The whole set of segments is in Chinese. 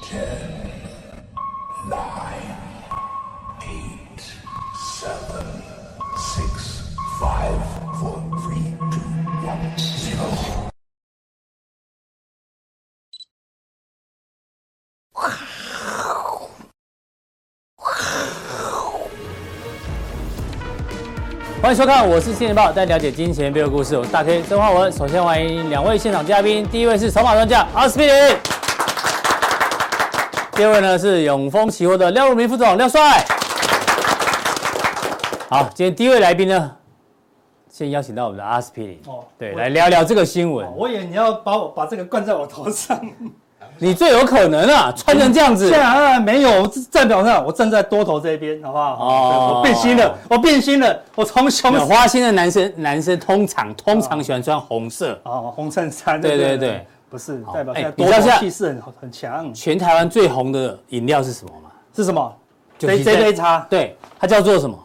欢迎收看，我是金钱豹，带你了解金钱背后故事。我是大 K 曾焕文。首先欢迎两位现场嘉宾，第一位是筹码专家阿司匹林，第二位呢是永丰期货的廖如明副总廖帅。好，今天第一位来宾呢，先邀请到我们的阿司匹林，对，来聊聊这个新闻。 我以为你要把这个灌在我头上。 你最有可能啊，穿成这样子。 现在没有，代表上我站在多头这边，好不好？哦，我变心了，我从熊花心的男生通常喜欢穿红色。 哦，红衬衫。 对， 不是代表现在多头气势很强。 全台湾最红的饮料是什么吗？ 是什么？这杯茶。 对，它叫做什么？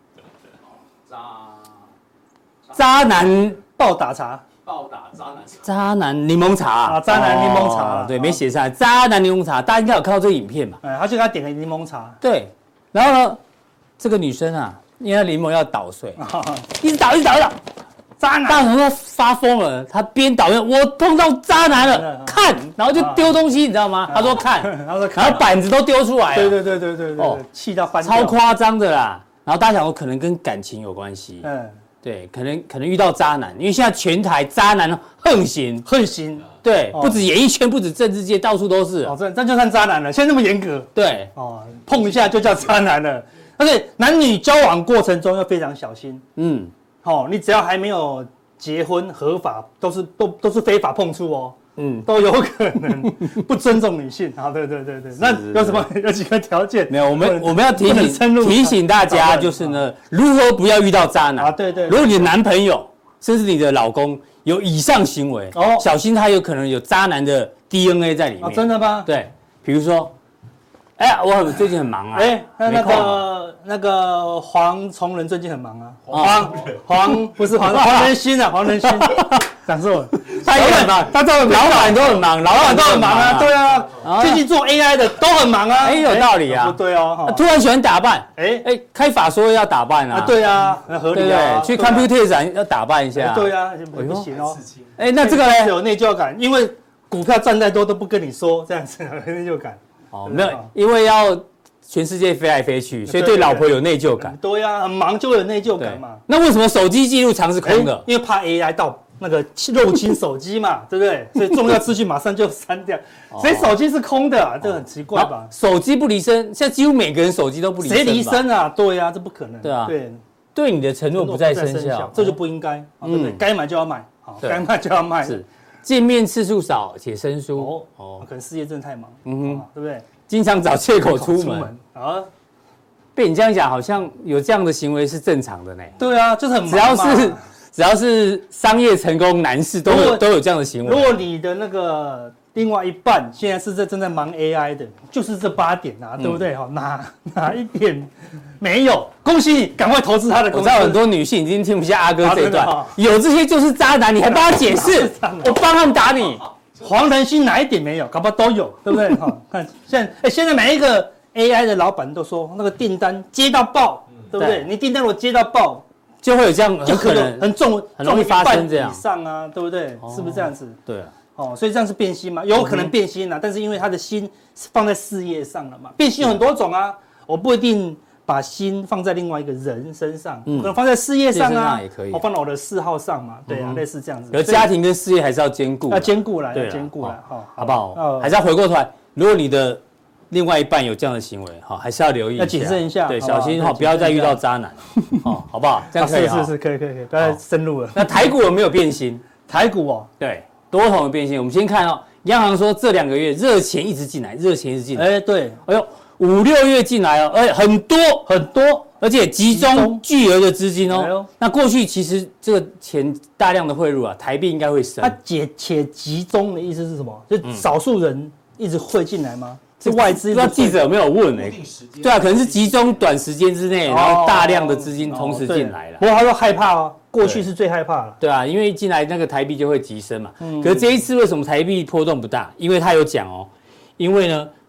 渣男暴打茶。 渣男柠檬茶啊，渣男柠檬茶， 对，没写上来。渣男柠檬茶，大家应该有看到这个影片吧？ 他就给他点个柠檬茶。 对，然后呢，这个女生啊，因为柠檬要捣碎，一直捣，渣男，大人要发疯了，他边捣边，我碰到渣男了，看，然后就丢东西，你知道吗？他说看，然后板子都丢出来了。 对，气到翻掉， 超夸张的啦。然后大家想说，可能跟感情有关系。对，可能遇到渣男，因为现在全台渣男横行，对，不止演艺圈，不止政治界，到处都是。 哦，这就算渣男了，现在那么严格。 对， 碰一下就叫渣男了。而且男女交往过程中要非常小心。你只要还没有结婚合法，都是非法碰触哦。都有可能不尊重女性。好，对，那有几个条件？ 没有，我们要提醒大家，就是呢，如何不要遇到渣男啊？ 对， 如果你的男朋友甚至你的老公有以上行为，小心他有可能有渣男的 DNA 在里面。 真的吗？ 对，比如说，我最近很忙啊。 那个黄崇仁最近很忙啊。不是黄仁勋啊，黄仁勋。讲错， 他也很忙， 他老板都很忙，老板都很忙啊。 对啊，最近做 AI 的都很忙啊。 有道理啊。 不对哦， 突然喜欢打扮，开法说要打扮啊。 对啊，合理啊。 去 Computer 展要打扮一下。 对啊，不行哦。 那这个呢？ 有内疚感，因为股票赚再多都不跟你说，这样子有内疚感。 没有，因为要全世界飞来飞去，所以对老婆有内疚感。 对啊，很忙就有内疚感嘛。 那为什么手机记录常是空的？ 因为怕 AI 到那个入侵手机嘛，对不对？所以重要资讯马上就删掉。所以手机是空的啊，这很奇怪吧？ 手机不离身，现在几乎每个人手机都不离身。 谁离身啊？对啊，这不可能。 对啊，对你的承诺不再生效， 这就不应该。对不对？该买就要买，该卖就要卖。 是，见面次数少且生疏。 可能事业真的太忙，对不对？ 经常找借口出门啊。被你这样讲，好像有这样的行为是正常的呢。 对啊，就是很忙只要是商业成功男士都有这样的行为。 如果你的那个另外一半现在是正在忙 AI 的，就是这8点啊，对不对？哪一点没有？恭喜你，赶快投资他的公司。 我知道很多女性已经听不下阿哥这一段，有这些就是渣男，你还帮他解释，我帮他们打你。 黄仁勋哪一点没有？搞不好都有，对不对？看现在每一个 AI 的老板都说那个订单接到爆，对不对？你订单如果接到爆， 就会有这样很可能很容易发生这样以上啊，对不对？是不是这样子？ 对啊。所以这样是变心嘛？有可能变心啊，但是因为他的心放在事业上了嘛。变心有很多种啊，我不一定把心放在另外一个人身上，可能放在事业上啊， 也可以。 我放到我的嗜好上嘛，对啊，类似这样子。 而家庭跟事业还是要兼顾， 要兼顾来， 好不好？还是要回过头来，如果你的另外一半有这样的行为，还是要留意一下， 要谨慎一下， 对，小心不要再遇到渣男，好不好？这样可以是，可以，不要再深入了。 那台股有没有变心？ 台股对，多头的变心。我们先看央行说这2个月热钱一直进来， 对， 哎呦，5、6月进来而且很多，而且集中巨额的资金那过去其实这个钱大量的汇入啊，台币应该会升。 它且集中的意思是什么？就少数人一直汇进来吗？是外资？ 不知道记者有没有问对啊，可能是集中短时间之内，然后大量的资金同时进来了。 不过他说害怕过去是最害怕了。 对啊，因为进来那个台币就会急升嘛。可是这一次为什么台币波动不大？因为他有讲因为呢，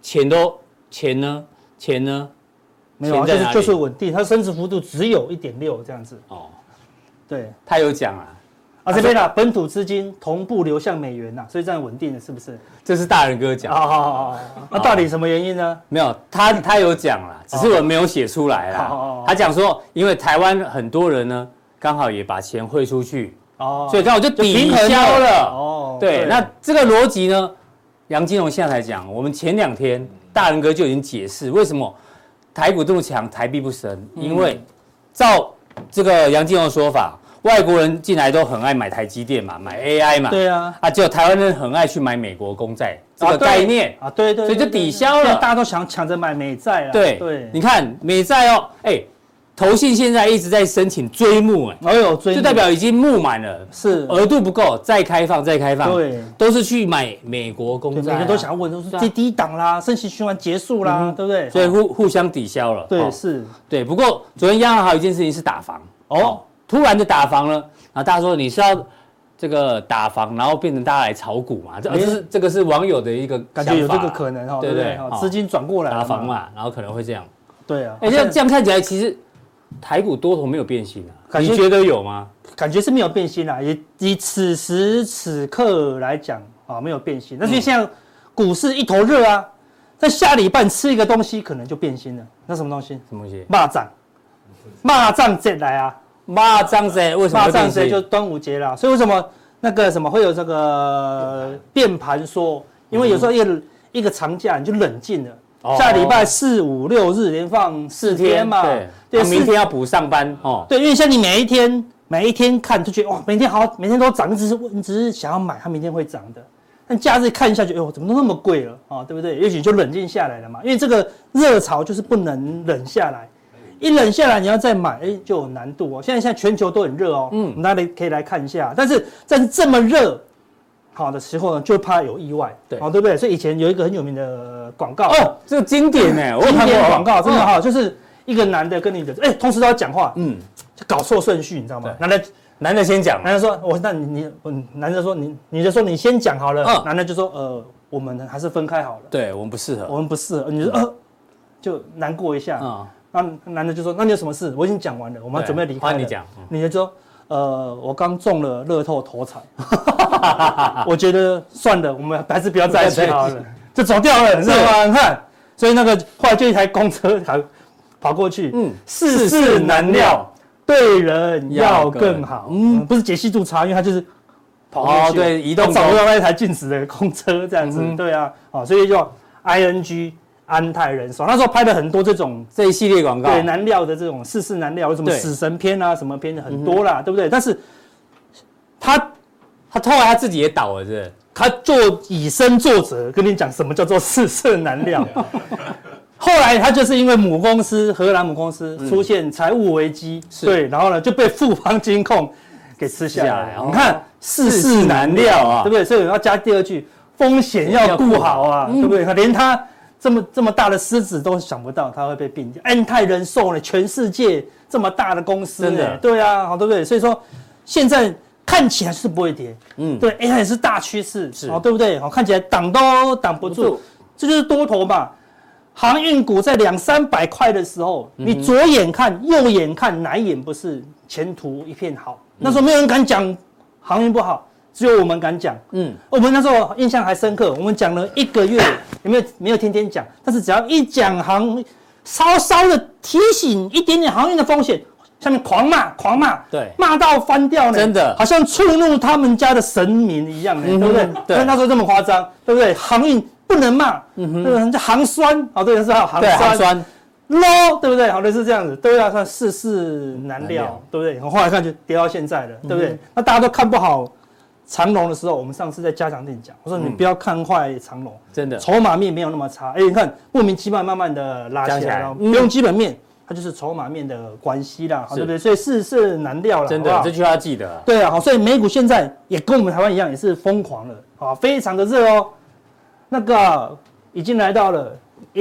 钱呢？ 没有，就是稳定，它升值幅度只有1.6这样子。哦，对， 他有讲啊， 这边呢，本土资金同步流向美元呐，所以这样稳定的，是不是？ 这是大人哥讲。 那到底什么原因呢？ 没有，他有讲啦，只是我没有写出来啦。他讲说，因为台湾很多人呢，刚好也把钱汇出去，所以刚好就抵消了。对，那这个逻辑呢，杨金龙现在才讲，我们前2天大人哥就已经解释为什么台股这么强，台币不升，因为照这个杨金龙的说法，外国人进来都很爱买台积电嘛，买 AI 嘛， 对啊， 只有台湾人很爱去买美国公债，这个概念对， 所以就抵消了， 大家都想抢着买美债了。 对，你看美债哦，投信现在一直在申请追募，就代表已经募满了， 是额度不够，再开放，对，都是去买美国公债， 每个都想要问，都是最低档啦，升息循环结束啦，对不对？ 所以互相抵消了， 对，是， 对。不过昨天央行还有一件事情是打房，突然的打房了，然后大家说你是要这个打房，然后变成大家来炒股嘛？这个是网友的一个感觉有这个可能哈，对不对？资金转过来打房嘛，然后可能会这样。 对啊， 这样看起来其实。台股多头没有变心啊，你觉得有吗？ 感觉是没有变心啦，也以此时此刻来讲没有变心。但是现在股市一头热啊，在下礼拜吃一个东西可能就变心了。那什么东西？ 什么东西？ 蚂蚱节来啊！ 蚂蚱节为什么会变心？ 蚂蚱节就端午节啦，所以为什么那个什么会有这个变盘说？因为有时候一个长假你就冷静了。下礼拜4、5、6日连放4天嘛， 对，明天要补上班对，因为像你每一天看就觉得哇，每天都涨，你只是想要买，它明天会涨的。但假日看一下就怎么都那么贵了对不对？也许就冷静下来了嘛，因为这个热潮就是不能冷下来，一冷下来你要再买，就有难度现在全球都很热我们大家可以来看一下，但是在这么热好的时候呢，就怕有意外，对不对？所以以前有一个很有名的广告这个经典我经典广告真的好，就是一个男的跟女的，同时都要讲话，就搞错顺序，你知道吗？ 男的先讲， 男的说男的说女的说你先讲好了，男的就说我们还是分开好了， 对我们不适合， 你说就难过一下，那男的就说那你有什么事？我已经讲完了，我们准备离开了， 你讲， 女的说。我刚中了乐透头彩，我觉得算了，我们还是不要在一起好了，就走掉了，你知道吗？你看，所以那个后来就一台公车跑过去，世事难料，对人要更好，不是解析度差，因为他就是跑过去， 对，移动找不到那一台静止的公车这样子，对啊，所以就 ING。安泰人寿那时候拍了很多这一系列广告， 对难料的这种世事难料，什么死神篇啊，什么篇的很多啦，对不对？但是他后来他自己也倒了，是他做以身作则，跟你讲什么叫做世事难料。后来他就是因为荷兰母公司出现财务危机，对，然后呢就被富邦金控给吃下来。你看世事难料啊，对不对？所以要加第二句，风险要顾好啊，对不对？连他。这么大的狮子都想不到它会被并掉，安泰人寿呢，全世界这么大的公司，真的，对啊，对不对？所以说现在看起来是不会跌，对，它也是大趋势，对不对？看起来挡都挡不住，这就是多头嘛。航运股在200-300块的时候，你左眼看右眼看，哪一眼不是前途一片好？那时候没有人敢讲航运不好。只有我们敢讲，我们那时候印象还深刻，我们讲了1个月，没有天天讲，但是只要一讲稍稍的提醒一点点航运的风险，下面狂骂， 对， 骂到翻掉呢， 真的， 好像触怒他们家的神明一样呢，对不对？对，那时候这么夸张，对不对？航运不能骂，对不对？叫航酸，对，是航酸。low 对不对？好的是这样子，对啊，算世事难料，对不对？后来看就跌到现在了，对不对？那大家都看不好。长荣的时候，我们上次在加强店讲，我说你不要看坏长荣， 真的， 筹码面没有那么差。你看莫名其妙慢慢的拉起来了，不用基本面，它就是筹码面的关系啦，对不对？所以世事难料了， 真的，这句話要记得。 对啊，好，所以美股现在也跟我们台湾一样，也是疯狂了，非常的热哦。那个已经来到了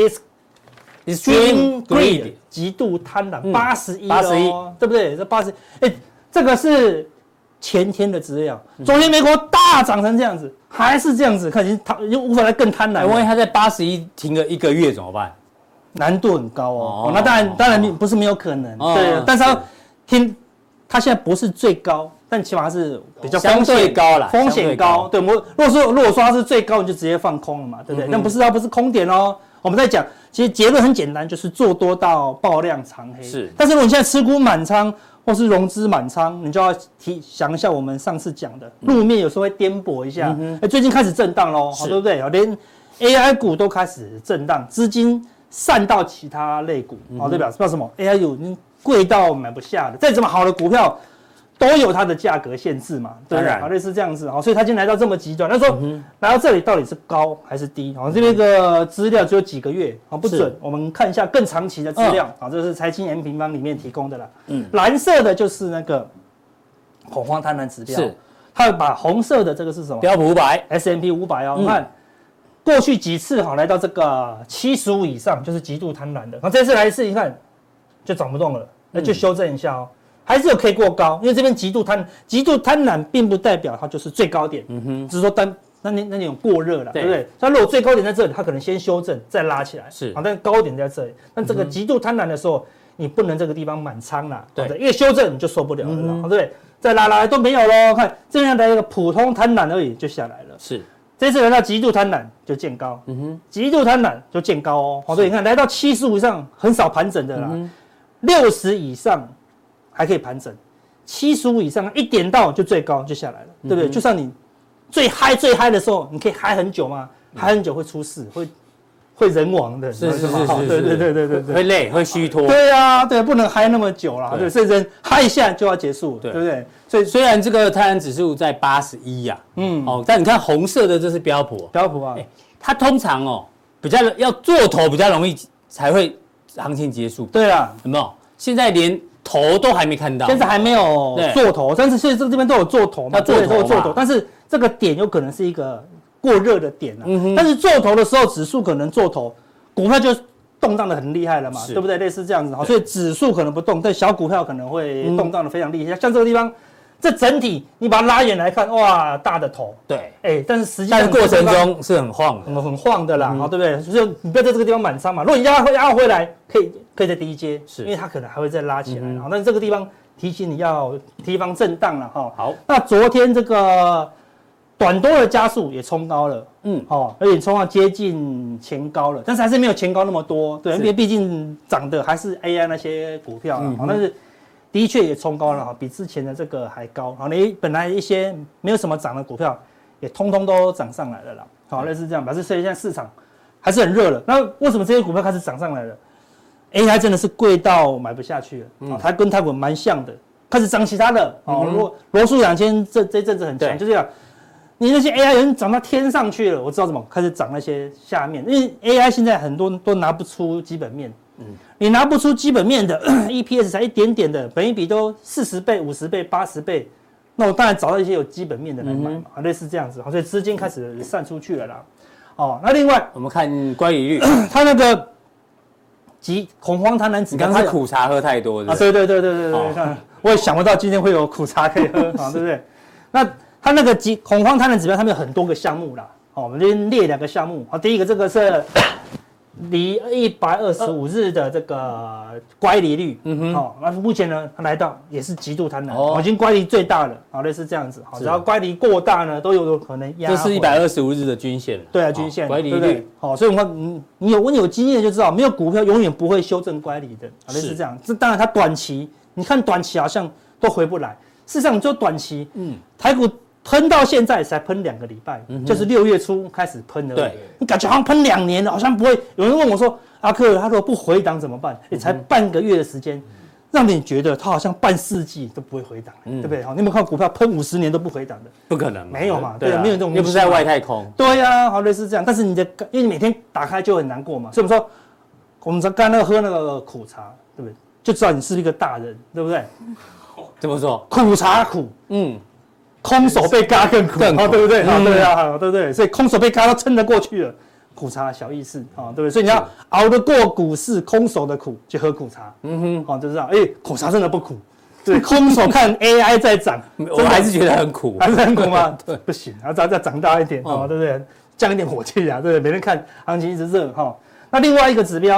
extreme greed 极度贪婪81了哦，对不对？这80，这个是。 前天的资料，昨天美国大涨成这样子，还是这样子，看已经无法再更贪婪。 万一它在81停了1个月怎么办？ 难度很高哦。那当然不是没有可能，对，但是它现在不是最高，但起码它是比较相对高啦， 风险高。对，如果说它是最高，你就直接放空了嘛，对不对？但不是空点哦。我们在讲，其实结论很简单，就是做多到爆量长黑。是，但是如果你现在持股满仓或是融资满仓，你就要想一下我们上次讲的，路面有时候会颠簸一下。最近开始震荡喽，对不对？连 AI 股都开始震荡，资金散到其他类股，代表什么 ？AI 股已经贵到买不下了，再怎么好的股票都有它的价格限制嘛，对不对？类似这样子，所以它今天来到这么极端。那说来到这里到底是高还是低？这边个资料只有几个月，不准。我们看一下更长期的资料，这是财经 M 平方里面提供的啦。蓝色的就是那个恐慌贪婪指标，是它会把红色的这个是什么？ 标普500 S&P 500哦，你看。过去几次来到这个75以上，就是极度贪婪的。然后这次来一次，你看就涨不动了，那就修正一下哦，还是有可以过高，因为这边极度贪婪，并不代表它就是最高点，只是说那种过热了，对不对？它如果最高点在这里，它可能先修正再拉起来，是，但高点在这里，但这个极度贪婪的时候，你不能这个地方满仓啦，对，因为修正你就受不了了，对不对？再拉来都没有咯，看这样来一个普通贪婪而已就下来了，是。这次来到极度贪婪就见高，极度贪婪就见高哦。所以你看来到75以上很少盘整的啦，60以上还可以盘整，75以上一点到就最高就下来了，对不对？就像你最嗨的时候，你可以嗨很久吗？嗨很久会出事，会人亡的， 是， 对， 会累，会虚脱。 对啊，对，不能嗨那么久啦，对，所以人嗨一下就要结束，对不对？ 所以虽然这个贪婪指数在81呀，但你看红色的这是标普啊， 它通常比较要做头比较容易才会行情结束。 对啊， 有没有？现在连头都还没看到， 现在还没有做头，但是所以这边都有做头嘛，都有做头，但是这个点有可能是一个过热的点啊，但是做头的时候，指数可能做头，股票就动荡的很厉害了嘛，对不对？类似这样子，所以指数可能不动，但小股票可能会动荡的非常厉害。像这个地方，这整体你把它拉远来看，哇，大的头， 对， 但是实际上过程中是很晃的， 很晃的啦，对不对？所以你不要在这个地方满仓嘛，如果你压回来，可以在第一阶，因为它可能还会再拉起来，但是这个地方提醒你要提防震荡了哈。好，那昨天这个短多的加速也冲高了，而且冲到接近前高了，但是还是没有前高那么多，对，因为毕竟涨的还是 AI 那些股票啦，但是的确也冲高了哈，比之前的这个还高。好，你本来一些没有什么涨的股票，也通通都涨上来了啦。好，类似这样，表示所以现在市场还是很热了。那为什么这些股票开始涨上来了 ？AI 真的是贵到买不下去了，它跟台股蛮像的，开始涨其他的。罗素2000这阵子很强，就这样。你那些 AI 人涨到天上去了，我知道怎么开始涨那些下面，因为 AI 现在很多都拿不出基本面，你拿不出基本面的 EPS 才一点点的，本益比都40倍、50倍、80倍，那我当然找到一些有基本面的来买嘛，类似这样子，所以资金开始散出去了啦。那另外我们看乖离率， 它那个恐慌贪婪指标， 刚是苦茶喝太多的啊，对，我也想不到今天会有苦茶可以喝啊，对不对？那它那个恐慌贪婪指标，它们有很多个项目啦。我们这边列2个项目。第一个这个是离125日的这个乖离率。那目前呢，它来到也是极度贪婪，已经乖离最大了。类似这样子。只要乖离过大呢，都有可能压。 这是125日的均线。 对啊，均线。 乖离率。 所以我们你有经验就知道，没有股票永远不会修正乖离的。类似这样。这当然它短期，你看短期好像都回不来。事实上，就短期，台股喷到现在才喷2个礼拜，就是6月初开始喷而已。你感觉好像喷2年了，好像不会。有人问我说：“阿克，他如果不回档怎么办？”才半个月的时间，让你觉得他好像半世纪都不会回档，对不对？你有没有看股票喷50年都不回档的？ 不可能， 没有嘛？对，没有这种。 又不是在外太空。 对呀，好类似这样。但是因为你每天打开就很难过嘛，所以我们刚刚喝那个苦茶，对不对？就知道你是一个大人，对不对？ 怎么说？ 苦茶苦，空手被嘎更苦，对不对？对啊，对不对？所以空手被嘎都撑得过去了，苦茶小意思啊，对不对？所以你要熬得过股市空手的苦，就喝苦茶，就知道，苦茶真的不苦， 对，空手看 AI 在涨， 我还是觉得很苦， 还是很苦吗？对，不行，要再长大一点哦，对不对？降一点火气啊，对不对？每天看行情一直热哈。那另外一个指标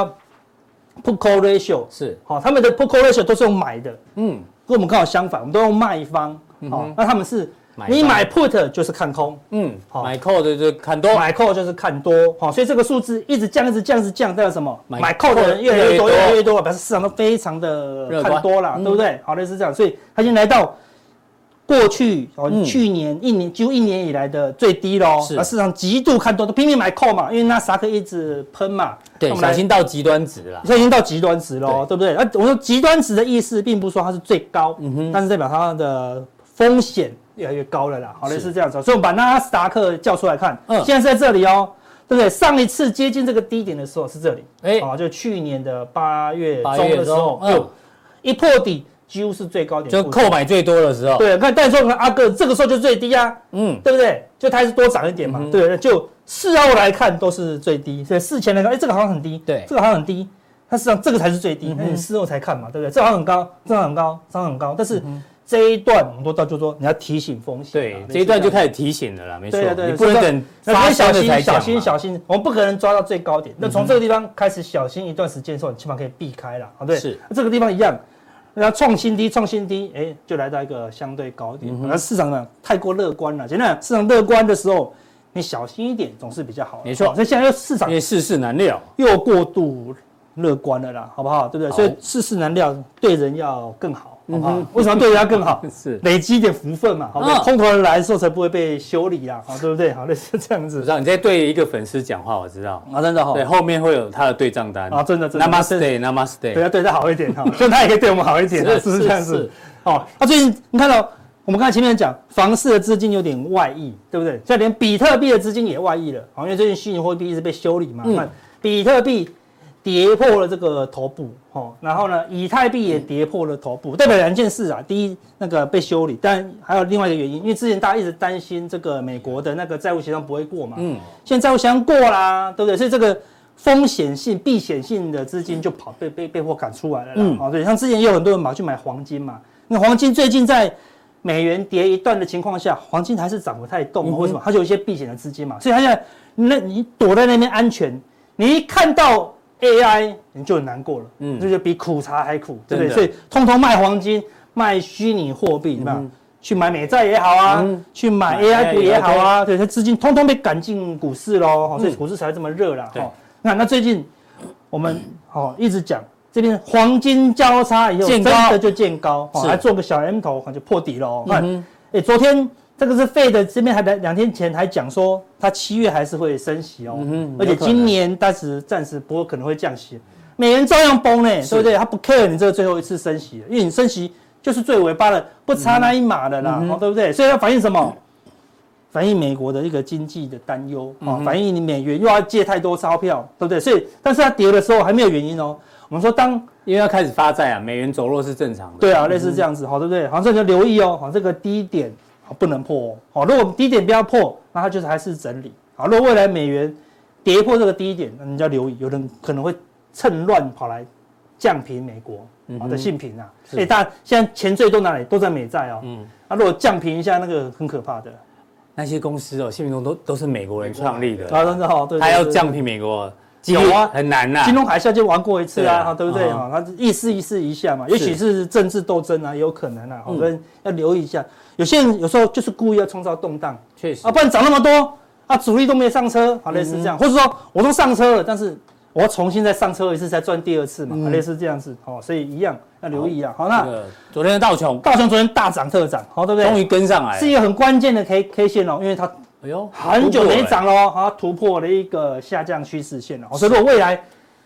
，Put Call Ratio 是， 好，他们的 Put Call Ratio 都是用买的，跟我们刚好相反，我们都用卖方，好，那他们是。你买 put 就是看空， 买 call 的就看多， 买 call 就是看多，好，所以这个数字一直降，代表什么？买 call 的人越来越多，表示市场都非常的看多啦，对不对？好，类似这样，所以它已经来到过去去年几乎一年以来的最低喽，而市场极度看多，都拼命买 call 嘛，因为纳斯达克一直喷嘛， 对，小心到极端值了， 已经到极端值喽，对不对？我说极端值的意思，并不是说它是最高，但是代表它的风险越来越高了啦，好，类似这样子，所以我们把纳斯达克叫出来看，现在是在这里哦，对不对？上一次接近这个低点的时候是这里，就去年的8月中的时候，一破底几乎是最高点， 就购买最多的时候， 对，看但是说阿哥这个时候就最低啊，对不对？就它还是多涨一点嘛，对不对？就事后来看都是最低，所以事前来看，这个好像很低，对，这个好像很低，它实际上这个才是最低，那你事后才看嘛，对不对？这好像很高，这好像很高，这好像很高，但是。这一段我们都到就说你要提醒风险， 对，这一段就开始提醒了啦，没错，你不能等发生了才讲嘛， 小心，我们不可能抓到最高点，那从这个地方开始小心一段时间的时候，你起码可以避开了，对，是，这个地方一样，然后创新低，就来到一个相对高点，那市场呢太过乐观了，现在市场乐观的时候，你小心一点总是比较好， 没错， 所以现在市场因为世事难料， 又过度乐观了啦，好不好？对不对？所以世事难料，对人要更好。好不好？为什么对人家更好？是累积一点福分嘛，好不好？空头人来的时候才不会被修理啦，好，对不对？好，类似这样子。 我知道你在对一个粉丝讲话，我知道啊，真的哈。 对，后面会有他的对账单啊，真的。 Namaste， 对，要对他好一点哈，所以他也可以对我们好一点，是不是这样子？哦，那最近你看到我们刚才前面讲，房市的资金有点外溢，对不对？现在连比特币的资金也外溢了，好，因为最近虚拟货币一直被修理嘛，看比特币。跌破了这个头部，然后呢，以太币也跌破了头部，代表两件事啊。第一，那个被修理，但还有另外一个原因，因为之前大家一直担心这个美国的那个债务协商不会过嘛，现在债务协商过啦，对不对？所以这个风险性、避险性的资金就被迫赶出来了啦。对，像之前也有很多人去买黄金嘛，那黄金最近在美元跌一段的情况下，黄金还是涨不太动，为什么？它就有一些避险的资金嘛，所以它现在你躲在那边安全，你一看到。AI 你就很难过了，这就比苦茶还苦，对不对？所以通通卖黄金、卖虚拟货币，对吧？去买美债也好啊，去买 AI 股也好啊，对，这资金通通被赶进股市喽，所以股市才这么热啦。那最近我们一直讲这边黄金交叉以后真的就见高，还做个小 M 头就破底喽。昨天。这个是Fed这边还2天前还讲说，它7月还是会升息哦，而且今年暂时不会可能会降息，美元照样崩嘞，对不对？他不 care 你这个最后一次升息，因为你升息就是最尾巴了，不差那一码的啦，对不对？所以要反映什么？反映美国的一个经济的担忧反映你美元又要借太多钞票，对不对？所以，但是它跌的时候还没有原因哦。我们说因为要开始发债啊，美元走弱是正常的。 对啊，类似这样子，对不对？好，这就留意哦，这个低点。不能破哦，如果低点不要破，那它就是还是整理。好，如果未来美元跌破这个低点，那你就要留意，有人可能会趁乱跑来降评美国的信评啊。但现在钱最多哪里？都在美债哦。如果降评一下，那个很可怕的。 那些公司哦，信评中都是美国人创立的啊，真的哈。 他要降评美国， 有啊， 很难呐。 金融海啸就玩过一次啊，对不对？他意思一下嘛，也许是政治斗争啊，也有可能啊，所以要留意一下。有些人有时候就是故意要创造动荡， 确实不然涨那么多主力都没上车，类似这样，或者说我都上车了，但是我要重新再上车一次，再赚第2次嘛，类似这样子，所以一样要留意啊。好，那昨天的道琼昨天大涨特涨，对不对？ 终于跟上来， 是一个很关键的 K 线哦，因为它很久没涨了它突破了一个下降趋势线了，所以如果未来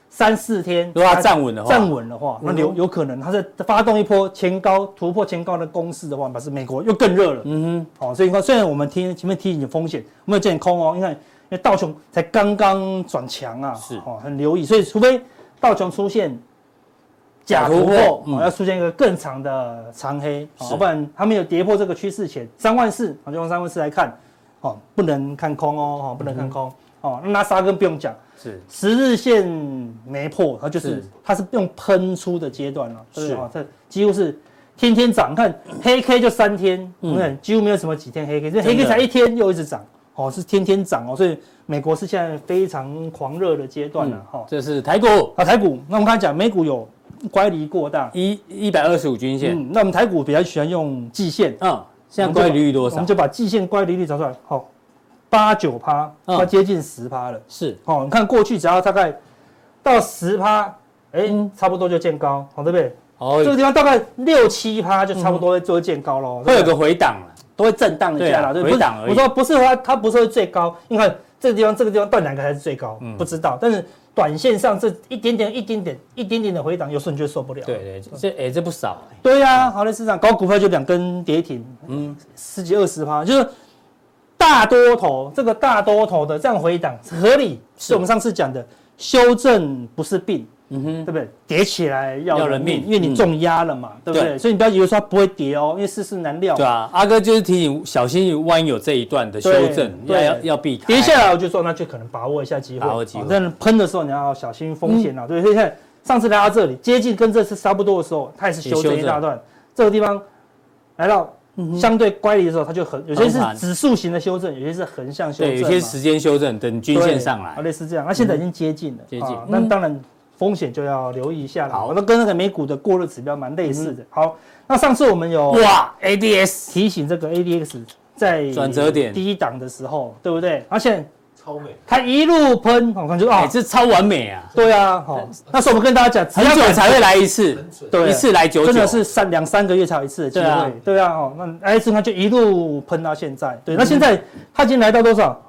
3-4天， 如果它站稳的话，那有可能它在发动一波突破前高的攻势的话，表示美国又更热了。所以你看，虽然我们前面提醒风险，没有见空哦，因为道琼才刚刚转强啊，很留意，所以除非道琼出现假突破，要出现一个更长的长黑，要不然它没有跌破这个趋势线34000，就用34000来看，不能看空哦，不能看空那纳斯达克不用讲。10日线没破，它是用喷出的阶段了，对不对？这几乎是天天涨，看黑 K 就3天，几乎没有什么几天黑 K， 这黑 K 才1天又一直涨，是天天涨哦，所以美国是现在非常狂热的阶段了， 这是台股台股，那我们刚才讲美股有乖离过大 ，125均线， 那我们台股比较喜欢用季线， 现在乖离率多少？ 我们就把季线乖离率找出来，8、9%，快接近10%了， 是， 你看过去只要大概到10%，差不多就见高，对不对？这个地方大概6、7%就差不多就会见高咯， 会有个回档了， 都会震荡一下啦， 回档而已。 我说不是它不是会最高，你看这个地方到底哪个才是最高？不知道，但是短线上这一点点的回档，有时候你就受不了。 对，这不少。 对呀，好的市场高股票就2根跌停，10几20%，就是大多头这个大多头的这样回档合理，是我们上次讲的修正不是病。对不对？跌起来要人命，因为你重压了嘛，对不对？所以你不要以为说它不会跌哦，因为世事难料。 对啊，阿哥就是提醒小心，万一有这一段的修正，要避开。 跌下来我就说，那就可能把握一下机会。但喷的时候你要小心风险啊，对。所以现在上次来到这里，接近跟这次差不多的时候，它也是修正一大段。这个地方来到相对乖离的时候，它就有些是指数型的修正，有些是横向修正， 对，有些时间修正，等均线上来， 类似这样。那现在已经接近了，那当然。风险就要留意一下了，好，那跟那个美股的过热指标蛮类似的。好，那上次我们有 ADS 提醒这个 ADX 在转折点低档的时候，对不对？而且超美， 它一路喷，我感觉这超完美啊！ 对啊，那时候我们跟大家讲， 很久才会来一次，对，一次来久， 真的是2、3个月才有一次的机会，对啊，那它就一路喷到现在，对，那现在它已经来到多少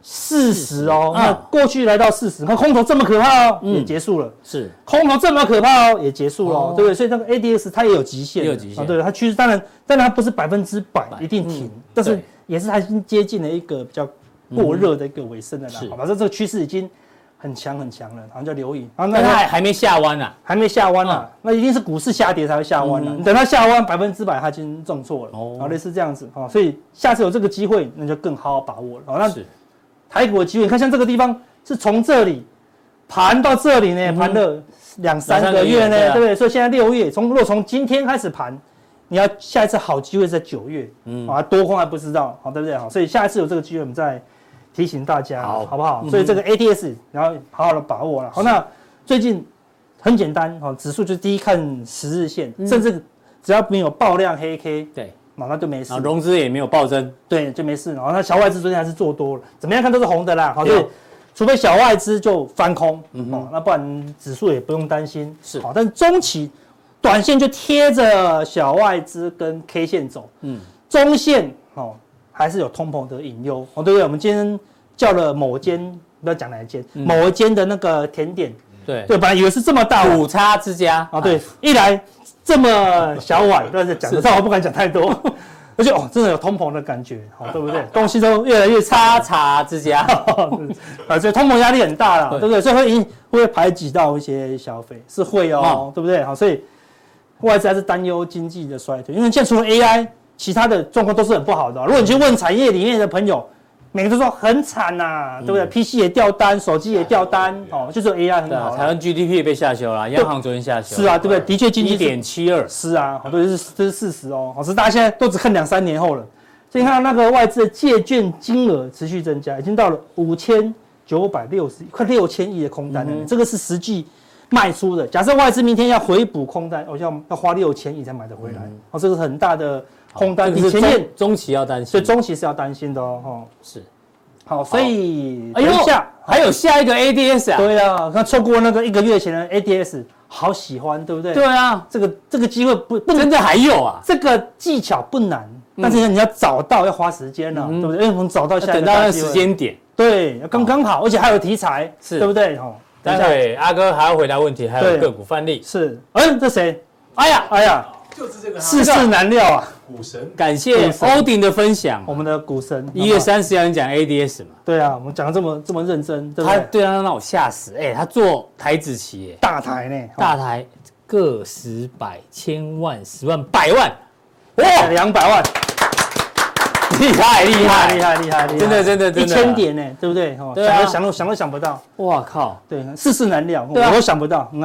？40哦，那过去来到40，看空头这么可怕哦，也结束了。是，空头这么可怕哦，也结束了，对不对？所以那个 ADX 它也有极限，对，它趋势当然它不是100%一定停，但是也是它已经接近了一个比较过热的一个尾声了啦。好吧，这个趋势已经很强了，然后就留意。 那它还没下弯啊， 还没下弯啊，那一定是股市下跌才会下弯了。你等它下弯100%，它已经重挫了，好，类似这样子，所以下次有这个机会，那就更好好把握了。那台股的机会，你看像这个地方是从这里盘到这里呢，盘了2、3个月呢，对不对？所以现在6月，如果从今天开始盘，你要下一次好机会在9月，多空还不知道，好，对不对？好，所以下一次有这个机会，我们再提醒大家，好不好？所以这个 ATS， 然后好好的把握了。好，那最近很简单，指数就第一看10日线，甚至只要没有爆量黑 K， 对。那就没事， 融资也没有暴增， 对，就没事。然后那小外资昨天还是做多了，怎么样看都是红的啦。好，所以除非小外资就翻空，那不然指数也不用担心。是，好，但是中期、短线就贴着小外资跟 K 线走，中线还是有通膨的隐忧，对不对？我们今天叫了某间，不要讲哪一间，某一间的那个甜点，对，本来以为是这么大午差之家啊，对，一来。这么小碗，但是讲得上我不敢讲太多，而且真的有通膨的感觉，对不对？东西都越来越差， 茶之家， 所以通膨压力很大啦，对不对？所以会排挤到一些消费，是会哦，对不对？好，所以外资还是担忧经济的衰退，因为现在除了 AI， 其他的状况都是很不好的。如果你去问产业里面的朋友，每个都说很惨呐，对不对 ？PC 也掉单，手机也掉单，就是 AI 很好。 台湾 GDP 也被下修了，央行昨天下修。 是啊，对不对？的确经济 1.72。 是啊，对，这是事实哦。只是大家现在都只看2、3年后了。所以你看那个外资的借券金额持续增加，已经到了5960快6000亿的空单了。这个是实际卖出的。假设外资明天要回补空单，要花6000亿才买得回来。这个是很大的。空单， 你前面中期要担心， 所以中期是要担心的哦。是，好，所以还有下一个 ADS 啊？ 对啊，看错过那个1个月前的 ADS， 好喜欢，对不对？ 对啊， 这个机会不真的还有啊？ 这个技巧不难，但是你要找到要花时间了，对不对？因为我们找到下一个等到那时间点， 对，刚好，而且还有题材，是，对不对？ 待会阿哥还要回答问题，还有个股范例。 是，这谁？哎呀。 就是这个世事难料啊！ 股神， 感谢欧鼎的分享。 我们的股神 1月30要讲 ADS 嘛？ 对啊，我们讲的这么认真，对不对？对啊，让我吓死！他做台子期， 大台呢？ 大台个10百千万10万100万， 哇，200万， 厉害！ 真的 1000点呢，对不对？想都想不到。 哇靠！ 对，世事难料，我都想不到。你看。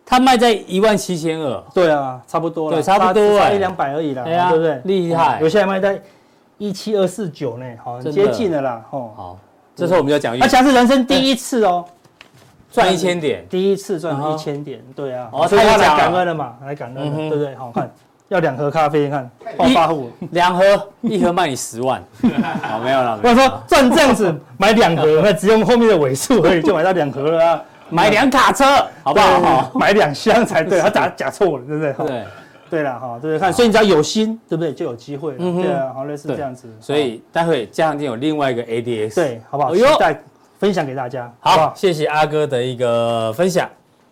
它卖在17200， 对啊，差不多了， 对，差不多差100-200而已啦，对不对？ 厉害， 有些还卖在17249呢，好，接近了啦， 好，这时候我们就讲， 而且是人生第一次哦， 赚1000点， 第一次赚1000点，对啊， 所以他来感恩了嘛，来感恩了，对不对？好看。要2盒咖啡，你看暴发户 ，2盒，1盒卖你10万，好没有了。 我说赚这样子买2盒，那只用后面的尾数而已就买到2盒了啊， 买2卡车，好不好？ 买2箱才对，他讲错了，对不对？ 对， 对了哈，对不对？看，所以你只要有心，对不对？就有机会，对啊，好类似这样子。 所以待会加强店有另外一个 ADS， 对，好不好？期待分享给大家， 好，谢谢阿哥的一个分享。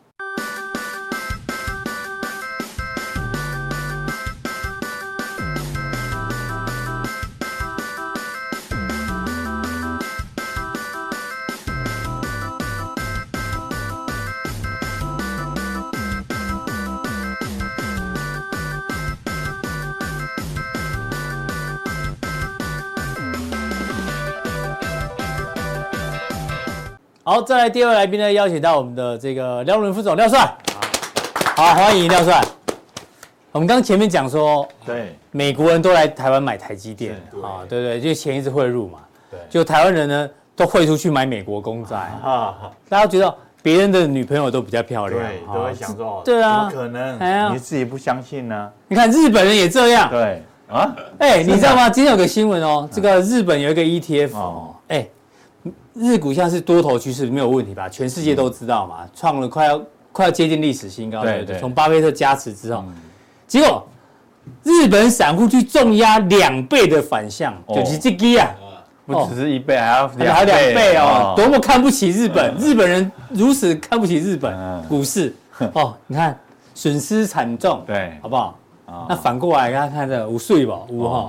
好，再来第二位来宾呢，邀请到我们的这个廖伦副总廖帅，好，欢迎廖帅。我们刚前面讲说， 对， 美国人都来台湾买台积电，啊，对不对？就钱一直汇入嘛，对，就台湾人呢都汇出去买美国公债啊。大家觉得别人的女朋友都比较漂亮， 对，都会想说， 对啊， 怎么可能？你自己不相信呢？ 你看日本人也这样， 对啊， 你知道吗？今天有个新闻哦，这个日本有一个 ETF 哦，日股现在是多头趋势，没有问题吧？全世界都知道嘛，创了快要接近历史新高，对不对？从巴菲特加持之后，结果日本散户去重压2倍的反向，就是这个啊， 不只是1倍，还要 2倍哦，多么看不起日本，日本人如此看不起日本股市哦，你看损失惨重， 对， 好不好？那反过来看这5岁吧，5哈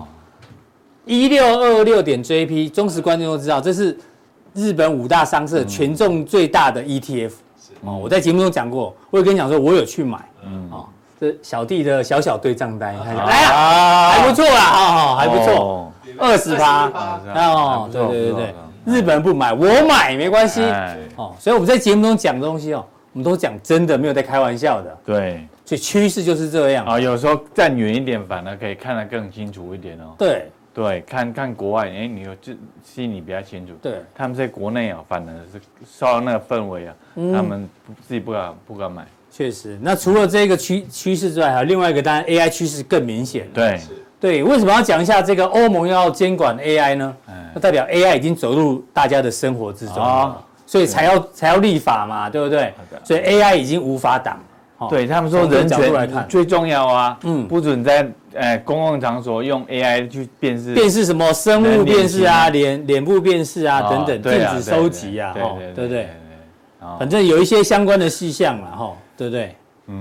，1626.JP， 忠实观众都知道，这是日本5大商社权重最大的 ETF，我在节目中讲过，我也跟你讲说，我有去买，这小弟的小对账单，你看，还不错啦，还不错，20%，哦，对，日本人不买，我买没关系，所以我们在节目中讲的东西我们都讲真的，没有在开玩笑的， 对， 所以趋势就是这样啊，有时候站远一点，反而可以看得更清楚一点哦，对，看国外，你就心里比较清楚。对，他们在国内反而是受到那个氛围他们自己不敢买。 确实，那除了这个趋势之外，还有另外一个，当然 AI 趋势更明显。对，为什么要讲一下这个欧盟要监管 AI 呢？那代表 AI 已经走入大家的生活之中了，所以才要立法嘛，对不对？所以 AI 已经无法挡。 对他们说人权最重要啊，不准在公共场所用 AI 去辨识什么生物辨识啊、脸部辨识啊等等，电子收集啊，对不对？反正有一些相关的细项啦，对不对？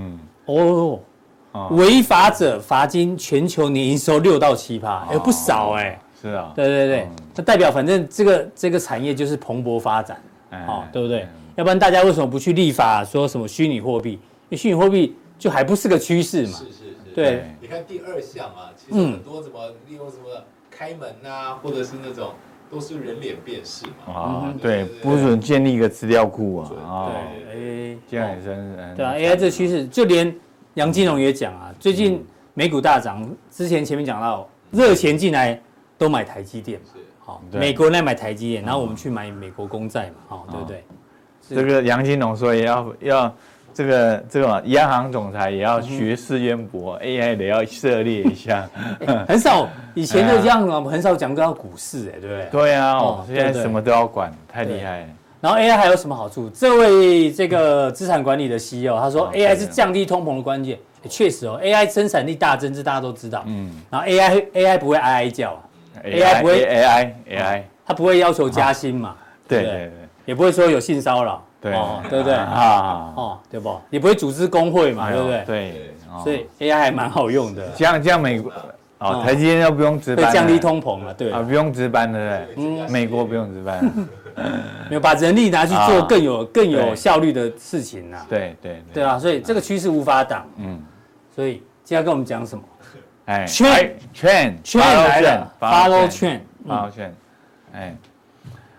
违法者罚金全球年营收6到7%，不少是啊， 对，那代表反正这个产业就是蓬勃发展，对不对？要不然大家为什么不去立法说什么虚拟货币？因为虚拟货币就还不是个趋势嘛。 是。对，你看第2项其实很多利用什么开门啊，或者是那种都是人脸辨识嘛。 对，不准建立一个资料库对， 这样也是。 对啊 ，AI 这趋势，就连杨金龙也讲最近美股大涨，之前面讲到热钱进来都买台积电嘛，美国人来买台积电，然后我们去买美国公债嘛，对不对？ 这个杨金龙说也要。这个央行总裁也要学识渊博，AI 也要涉猎一下。 很少以前的这样很少讲到股市，对不对？ 对啊，现在什么都要管，太厉害了。 然后 AI 还有什么好处？这位这个资产管理的 CEO 他说 AI 是降低通膨的关键，确实，AI 生产力大增，这大家都知道。然后 AI 不会哀哀叫，AI 不会 AI， 它不会要求加薪嘛， 对， 也不会说有性骚扰。对不对对不？也不会组织工会嘛，对不对？ 对， 所以 AI 还蛮好用的。 这样美国台积电又不用值班， 会降低通膨了，对不用值班的，美国不用值班， 没有把人力拿去做更有效率的事情呐。 对啊，所以这个趋势无法挡。所以今天要跟我们讲什么 ？Trend 来了 ，Follow Trend，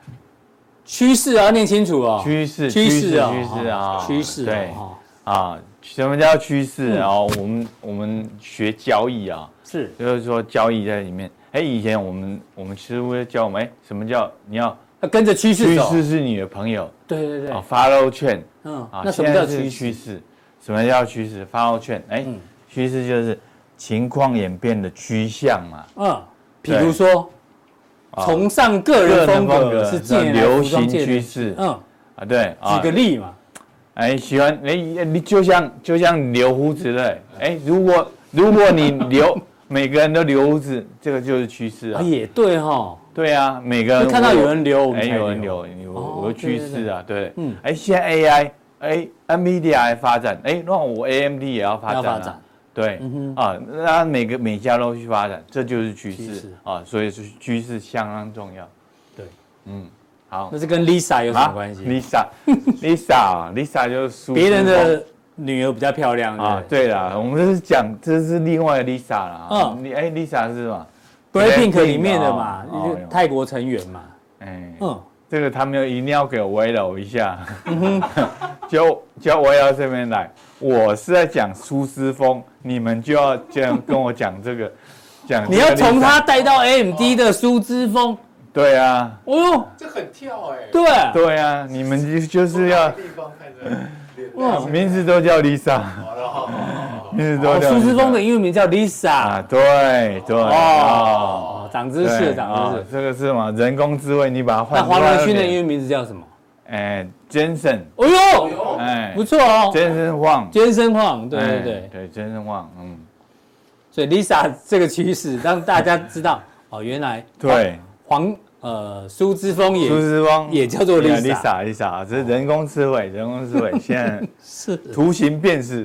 趋势啊，念清楚哦。 趋势对什么叫趋势啊？我们学交易啊，就是说交易在里面。以前我们师傅教我们，什么叫你要跟着趋势走？ 趋势是你的朋友。 对 ，follow 券。 那什么叫趋势？什么叫趋势 ？follow 券。趋势就是情况演变的趋向嘛。 比如说，崇尚个人风格是近年来流行趋势。对。 举个例嘛。 喜欢你就像留胡子的。如果你每个人都留胡子，这个就是趋势啊。 也对哈。 对啊，每个人看到有人留， 有人留，有趋势啊。对。现在 AI，NVIDIA 还发展，那我 AMD 也要发展。对。那每家都去发展，这就是趋势啊。所以趋势相当重要。 对。 好。 那是跟 Lisa 有什么关系 ？Lisa 就是别人的女儿比较漂亮啊。 对啦，我们是讲这是另外的 Lisa 啦。Lisa 是什么 ？BLACKPINK 里面的嘛，泰国成员嘛。 这个他们一定要给我围绕一下。叫围绕这边来，我是在讲苏姿丰，你们就要这样跟我讲这个， 你要从他带到 AMD 的苏姿丰。 对啊。 这很跳对啊，你们就是要。名字都叫 Lisa。名字都叫。 苏姿丰的英文名叫 Lisa。 对。 长知识。 这个是什么？人工智慧，你把它换。 那黄仁勋的英文名字叫什么 ？Jensen。 不错哦。 Jensen Huang。 对 ，Jensen Huang。 所以 Lisa 这个趋势让大家知道原来对苏姿丰也叫做 Lisa， 这是人工智慧，现在是图形辨识。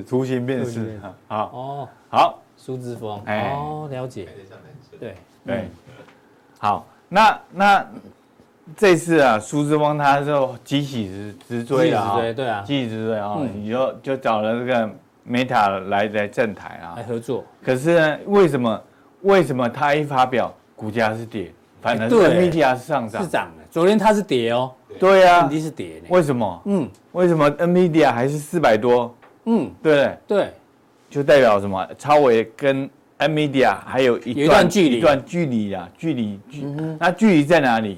好， 苏姿丰，了解，对， 好，那这次啊，苏姿丰他就急起直追了对啊， 急起直追啊，你就找了这个 Meta 来正台啊， 来合作。 可是呢，为什么他一发表，股价是跌？反正 NVIDIA 是上涨， 是涨的。昨天它是跌哦。 对啊 ，AMD 是跌的。 为什么？为什么 NVIDIA 还是400多？对，就代表什么？超微跟 NVIDIA 还有一段距离啊，距离。那距离在哪里？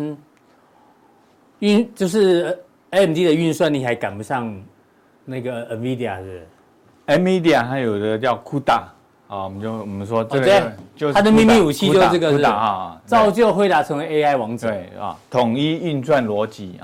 就是 AMD 的运算力还赶不上那个 NVIDIA 的。 NVIDIA 它有的叫 CUDA。我们说这个就是它的秘密武器就是这个造就辉达成为 AI 王者。 对统一运算逻辑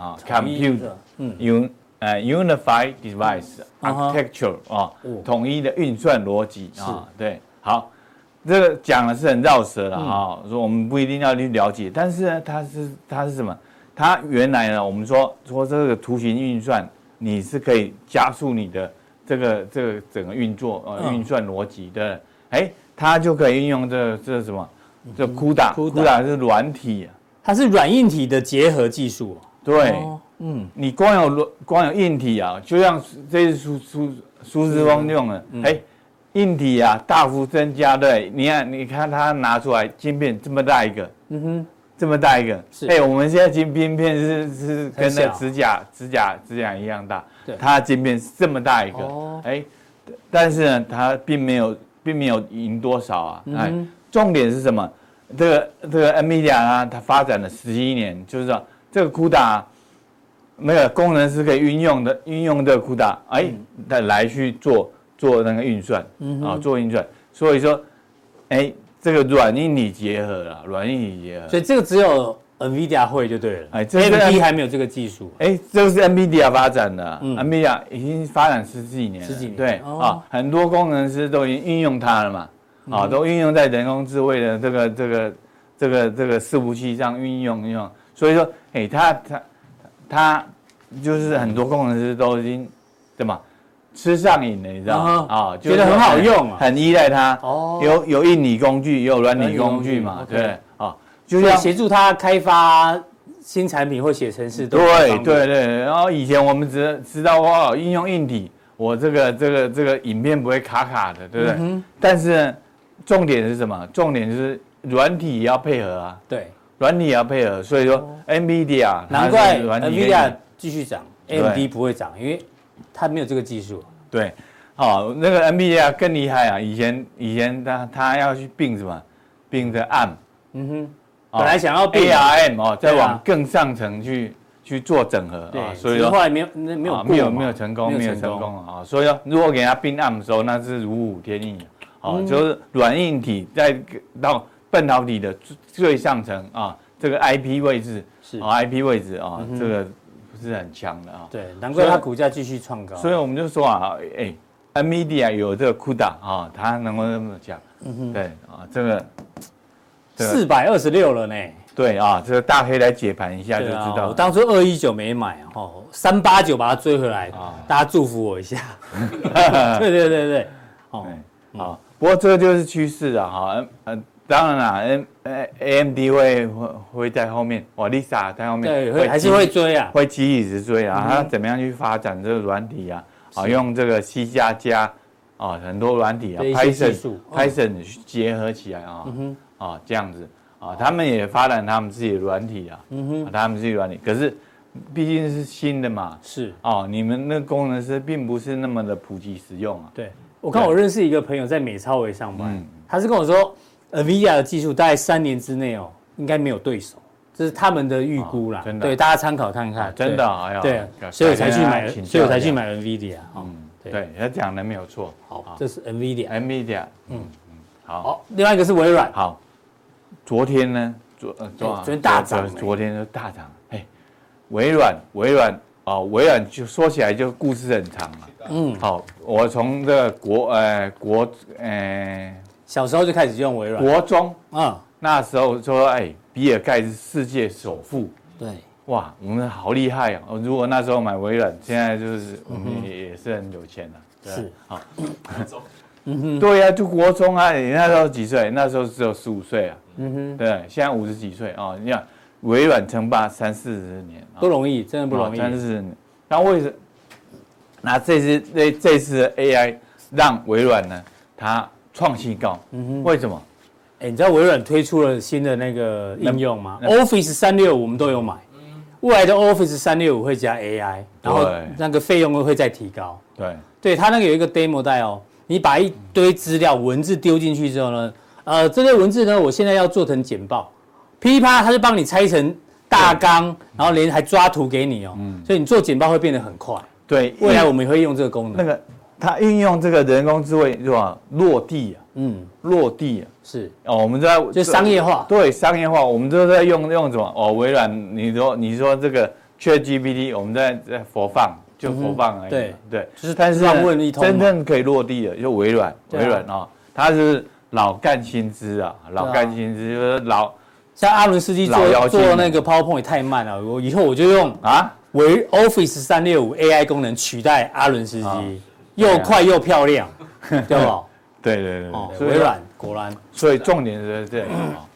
Unified Device Architecture 统一的运算逻辑对，好，这个讲的是很绕舌了说我们不一定要去了解，但是呢，它是什么？它原来呢，我们说这个图形运算，你是可以加速你的这个整个运作运算逻辑的。它就可以运用这什么？这 CUDA 是软体， 它是软硬体的结合技术。 对，你光有硬体啊，就像这次苏姿丰用了，硬体啊大幅增加。对，你看它拿出来晶片这么大一个，这么大一个，我们现在晶片是跟那指甲一样大，它的晶片是这么大一个，但是呢，它并没有赢多少啊！重点是什么？这个 NVIDIA 它发展了11年，就是说这个 CUDA 那个工程师可以运用这个 CUDA， 来去做那个运算做运算。所以说，这个软硬体结合了， 所以这个只有 NVIDIA 会就对了，AMD 还没有这个技术。 这个是 NVIDIA 发展的，NVIDIA 已经发展十几年，对很多工程师都已经运用它了嘛，都运用在人工智慧的这个伺服器上运用，所以说，它就是很多工程师都已经对吗？吃上瘾了，你知道吗？ 觉得很好用很依赖它。有硬体工具，也有软体工具嘛，对就是协助他开发新产品或写程式。 对，然后以前我们只知道应用硬体，我这个影片不会卡的，对不对？但是呢，重点是什么？重点就是软体也要配合啊。对，软体也要配合，所以说 NVIDIA 难怪 NVIDIA 继续涨 ，AMD 不会涨，因为它没有这个技术。 对， 哦，那个 NVIDIA 更厉害啊！以前他要去并什么？并的 ARM， 本来想要并 ARM 哦，再往更上层去做整合啊， 所以后来没有成功啊。所以如果给他并 ARM 的时候，那是如虎添翼啊，就是软硬体再到半导体的最上层啊，这个 IP 位置是IP 位置啊，这个不是很强的啊。 对，难怪它股价继续创高。 所以我们就说啊，NVIDIA 有这个 CUDA 啊，它能够那么强，对啊，这个 426了呢。 对啊，这个大黑来解盘一下就知道。 我当初219没买哦，389把它追回来，大家祝福我一下。对， 哦，好，不过这个就是趋势啊，哈，当然啦，AMD 会在后面，Lisa 在后面， 对，还是会追啊， 会急一直追啊，它怎么样去发展这个软体啊？用这个 C++很多软体啊 ，Python 结合起来啊，这样子。他们也发展他们自己的软体啊，他们自己的软体，可是毕竟是新的嘛， 是你们那工程师并不是那么的普及使用啊。 对，我看我认识一个朋友在美超微上班，他是跟我说 ，NVIDIA 的技术大概3年之内应该没有对手，这是他们的预估啦，对，大家参考看看。 真的啊， 对，所以我才去买 NVIDIA 对，他讲的没有错。 好，这是 NVIDIA， 好， 另外一个是微软， 好。昨天呢？ 昨天大涨， 昨天就大涨。微软就说起来就故事很长了。好，我从这个小时候就开始用微软， 国中那时候说比尔盖茨世界首富， 对， 哇，我们好厉害啊！如果那时候买微软，现在就是我们也是很有钱的， 是好。对呀，就国中啊，你那时候几岁？那时候只有15岁啊。对，现在50几岁啊。你看微软称霸30-40年， 不容易，真的不容易。 30-40年。那为什么？那这次的 AI 让微软呢，它创新高。为什么？ 你知道微软推出了新的那个应用吗？Office 365我们都有买。未来的 Office 365会加 AI， 然后那个费用会再提高。对，它那个有一个 demo 带你把一堆资料文字丢进去之后呢，这些文字呢，我现在要做成简报，噼里啪啦，它就帮你拆成大纲，然后还抓图给你所以你做简报会变得很快。 对， 未来我们也会用这个功能。 那个它运用这个人工智慧是吧？落地是我们在就商业化。 对，商业化，我们都在用什么？微软，你说这个 ChatGPT， 我们在播放。就播放而已，对， 就是但是真正可以落地的就微软它是老干新知啊，老干新知就是像阿伦斯基做那个 PowerPoint 太慢了，以后我就用Office 365 AI 功能取代阿伦斯基，又快又漂亮，对不？ 对， 微软果然， 所以重点是这里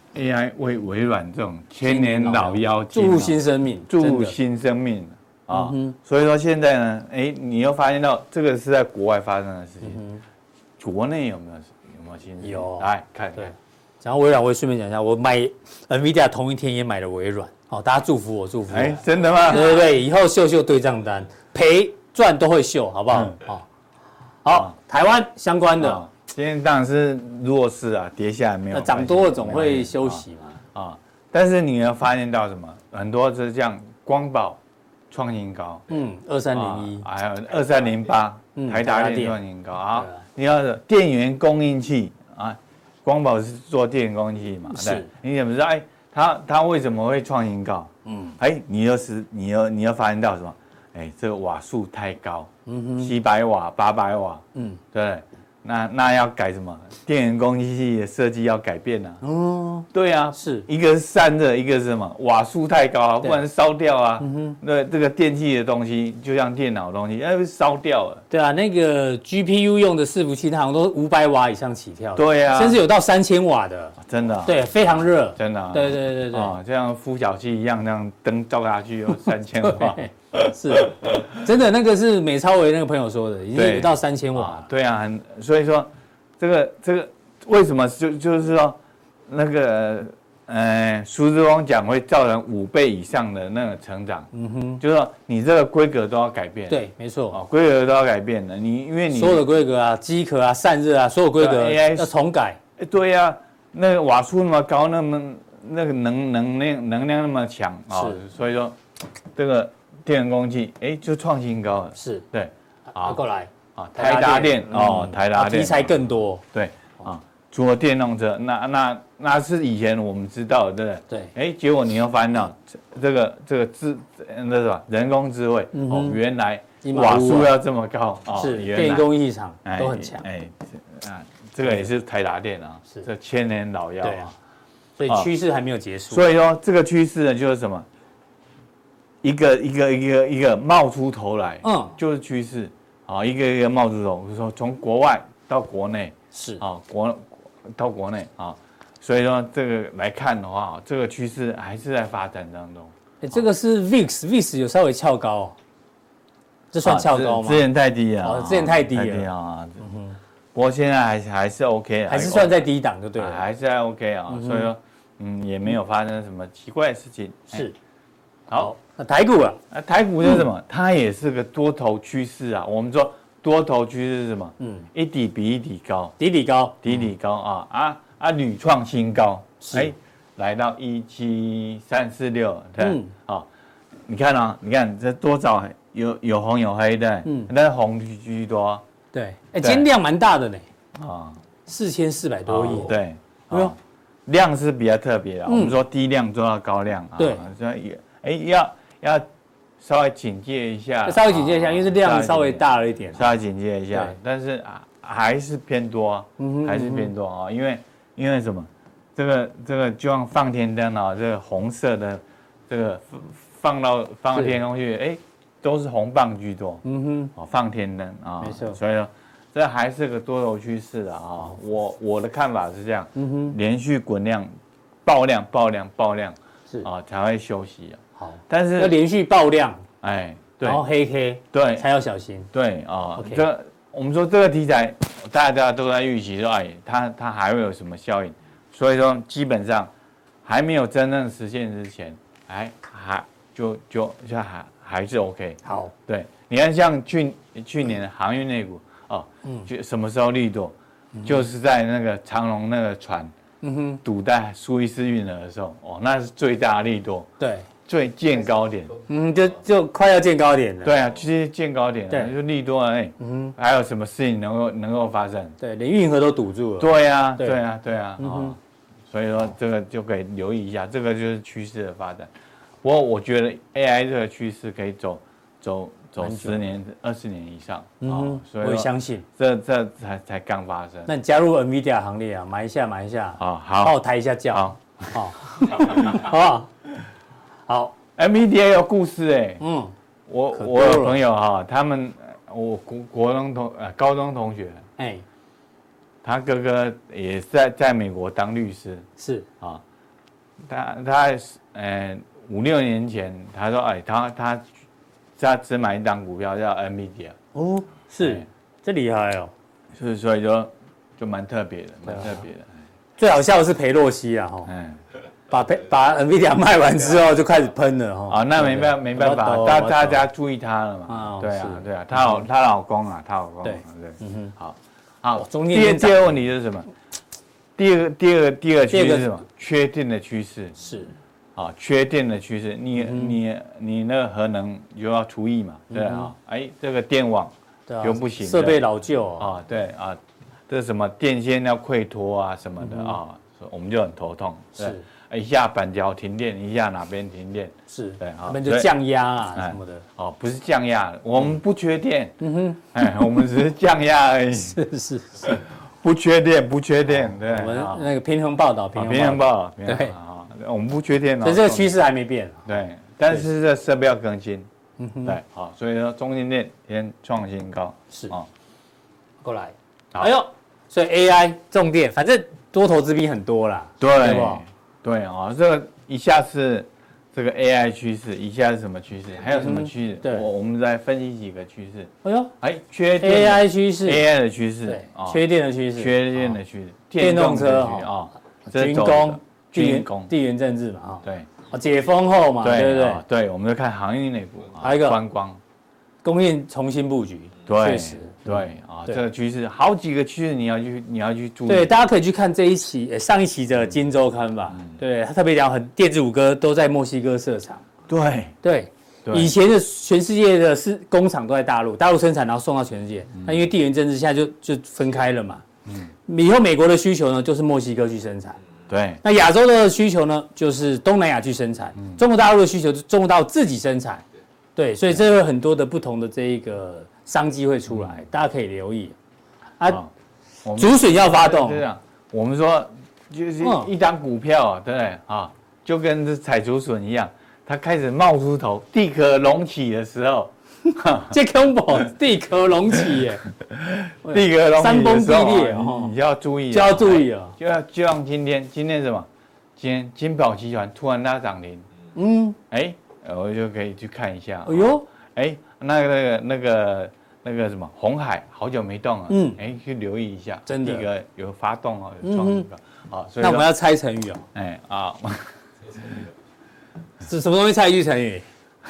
AI 为微软这种千年老妖精注入新生命。 所以说现在呢，你又发现到这个是在国外发生的事情，国内有没有新？ 有， 来看。 对，讲到微软，我也顺便讲一下，我买 NVIDIA 同一天也买了微软，大家祝福我。 真的吗？ 对，以后秀对账单，赔赚都会秀，好不好？好，台湾相关的， 今天当然是弱势啊，跌下来没有， 涨多了总会休息嘛。 但是你要发现到什么？很多是这样，光宝。创新高 ，2301， 还有2308，台达电创新高啊！你要电源供应器光宝是做电源供应器嘛？对，你怎么知道？它为什么会创新高？你要发现到什么？这个瓦数太高，700瓦、800瓦，对。那要改什么？电源供应器的设计要改变对啊， 是一个是散热，一个是什么？瓦数太高不然烧掉啊。那这个电器的东西，就像电脑的东西，烧掉了。 对啊，那个 GPU 用的伺服器，它好像都500瓦以上起跳。 对啊， 甚至有到3000瓦的。 真的。 对，非常热。 真的。 对。 就像孵小器一样，那样灯照下去有3000瓦。 是，真的，那个是美超微那个朋友说的，已经有到3000瓦。 对啊，所以说这个为什么就是说那个苏志峰讲会造成5倍以上的那个成长，就是说你这个规格都要改变。 对，没错， 规格都要改变的。因为你所有的规格啊，机壳啊、散热啊，所有规格要重改。 对呀，那个瓦数那么高，那个能量那么强所以说这个电源供器就创新高了。 是， 对， 过来台达电台达电题材更多。 对除了电动车，那是以前我们知道的，对不对？对。结果你又发现到这个那什么人工智慧原来瓦数要这么高是电工艺厂都很强。 这个也是台达电啊，是这千年老药啊。 所以趋势还没有结束。 所以说这个趋势呢，就是什么？一个冒出头来，就是趋势一个一个冒出头，就是说从国外到国内是到国内所以说这个来看的话，这个趋势还是在发展当中。 这个是 VIX 有稍微翘高，这算翘高吗？ 之前太低了， 之前太低了不过现在还是 OK， 还是算在低档就对了， 还是在 OK 所以说也没有发生什么奇怪的事情。 是， 好， 那台股啊， 台股是什么？它也是个多头趋势啊。我们说多头趋势是什么？一底比一底高， 底底高屡创新高，来到17346，对，你看你看这多早有红有黑的，但是红居多。 对，今天量蛮大的呢，4400多亿， 对，量是比较特别的。我们说低量做到高量， 对， 所以要稍微警戒一下， 因为这量稍微大了一点， 稍微警戒一下，但是还是偏多，还是偏多因为什么？这个就像放天灯这个红色的这个放到天空去，都是红棒居多，放天灯没错， 所以说这还是个多头趋势的我的看法是这样，连续滚量、爆量是才会休息好， 但是要连续爆量， 对， 然后黑， 对， 才要小心， 对这我们说这个题材，大家都在预期说，它还会有什么效应？所以说基本上还没有真正实现之前，还是 OK。 好， 对，你看像去年的航运类股就什么时候利多？就是在那个长荣那个船，堵在苏伊士运河的时候，那是最大利多。 对。 最见高点， 就快要见高点了。 对啊，就是见高点了，就利多了还有什么事情能够发生？ 对，连运河都堵住了。 对啊，所以说这个就可以留意一下，这个就是趋势的发展。不过我觉得 AI 这个趋势可以走10年、20年以上所以我也相信这才刚发生。 那你加入 NVIDIA 行列买一下好， 帮我抬一下轿，好不好？好 ，NVIDIA 有故事我有朋友他们我高中同学他哥哥也是在美国当律师， 是他5-6年前他说他只买一档股票叫 NVIDIA 是这厉害所以就蛮特别的， 最好笑的是裴洛西把 NVIDIA 卖完之后就开始喷了那没办法，大家注意他了嘛。对啊，她老公对，好，第二个问题是什么？第二个趋势是什么？缺电的趋势是缺电的趋势，你那个核能就要除役嘛，对这个电网就不行， 设备老旧对这什么电线要溃脱什么的我们就很头痛，是。一下板桥停电，一下哪边停电， 是对他们就降压什么的不是降压，我们不缺电，我们只是降压而已， 是， 不缺电，对， 我们那个平衡报道， 对，我们不缺电所以这个趋势还没变， 对，但是这设备要更新，对，所以说中心电先创新高， 是过来，所以 AI 重电，反正多头之兵很多啦， 对不？对这个一下是这个 AI 趋势，一下是什么趋势？还有什么趋势？我们再分析几个趋势。缺电 AI 趋势 ，AI 的趋势， 缺电的趋势， 缺电的趋势， 电动车军工地缘政治嘛， 对， 解封后嘛，对不对？ 对，我们就看航运类股， 还有一个观光、 供应重新布局， 确实，对这个趋势好几个趋势你要去注意。 对，大家可以去看上一期的《金周刊》吧，对他特别讲电子五哥都在墨西哥设厂，对。以前的全世界的工厂都在大陆生产，然后送到全世界。那因为地缘政治现在就分开了嘛。以后美国的需求呢，就是墨西哥去生产。 对。 那亚洲的需求呢，就是东南亚去生产。中国大陆的需求就中国大陆自己生产。对，所以这有很多的不同的这一个商机会出来，大家可以留意。竹笋要发动， 这样我们说就是一档股票，对不对啊？就跟这采竹笋一样。它开始冒出头，地壳隆起的时候， 这恐怖，地壳隆起耶， 地壳隆起山崩地裂， 你就要注意， 就要注意了。 就像今天什么？今天金宝集团突然拉涨停，我就可以去看一下。那个什么鸿海好久没动了，去留意一下， 真的一个有发动哦，有创一个所以那我们要猜成语哦。是什么东西猜一句成语？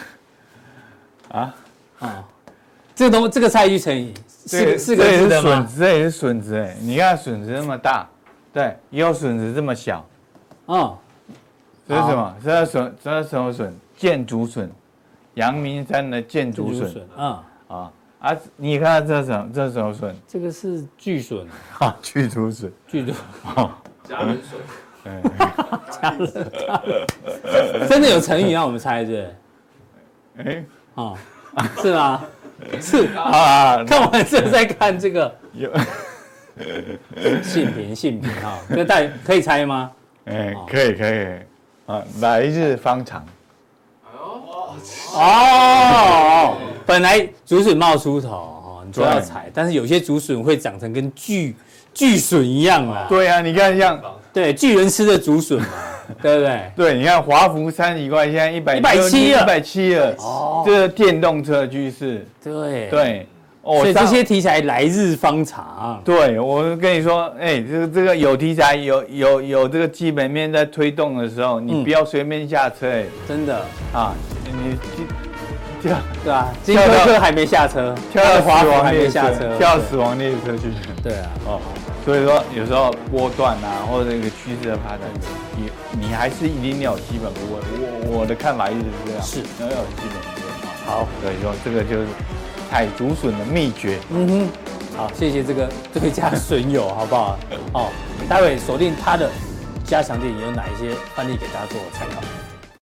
这个猜一句成语，四个字的吗？ 这也是笋子你看笋子那么大，对，也有笋子这么小。这是什么？这是什么笋？箭竹笋，阳明山的箭竹笋。你看这是什么笋？ 这个是巨笋。 巨竹笋。 加仑笋。 加了，真的有成语让我们猜是？是吗？是看完之后再看这个性平这可以猜吗？ 可以来日方长。 本来竹笋冒出头你就要采，但是有些竹笋会长成跟巨笋一样啦。 对啊，你看像。 对，巨人吃的竹笋嘛，对不对？ 对，你看华孚30几块，现在170了，这个电动车趋势。对， 所以这些题材来日方长。 对，我跟你说，这个有题材，有这个基本面在推动的时候，你不要随便下车， 真的你对啊，金科科还没下车， 跳到华孚还没下车， 跳到死亡列车去。 对啊， 所以说有时候波段或者一个趋势的发展，你还是一定要有基本部位。我的看法一直是这样， 是要有基本部位。 好， 所以说这个就是采竹笋的秘诀。 好，谢谢这个最佳笋友，好不好？待会锁定他的加强店有哪一些范例给大家做参考。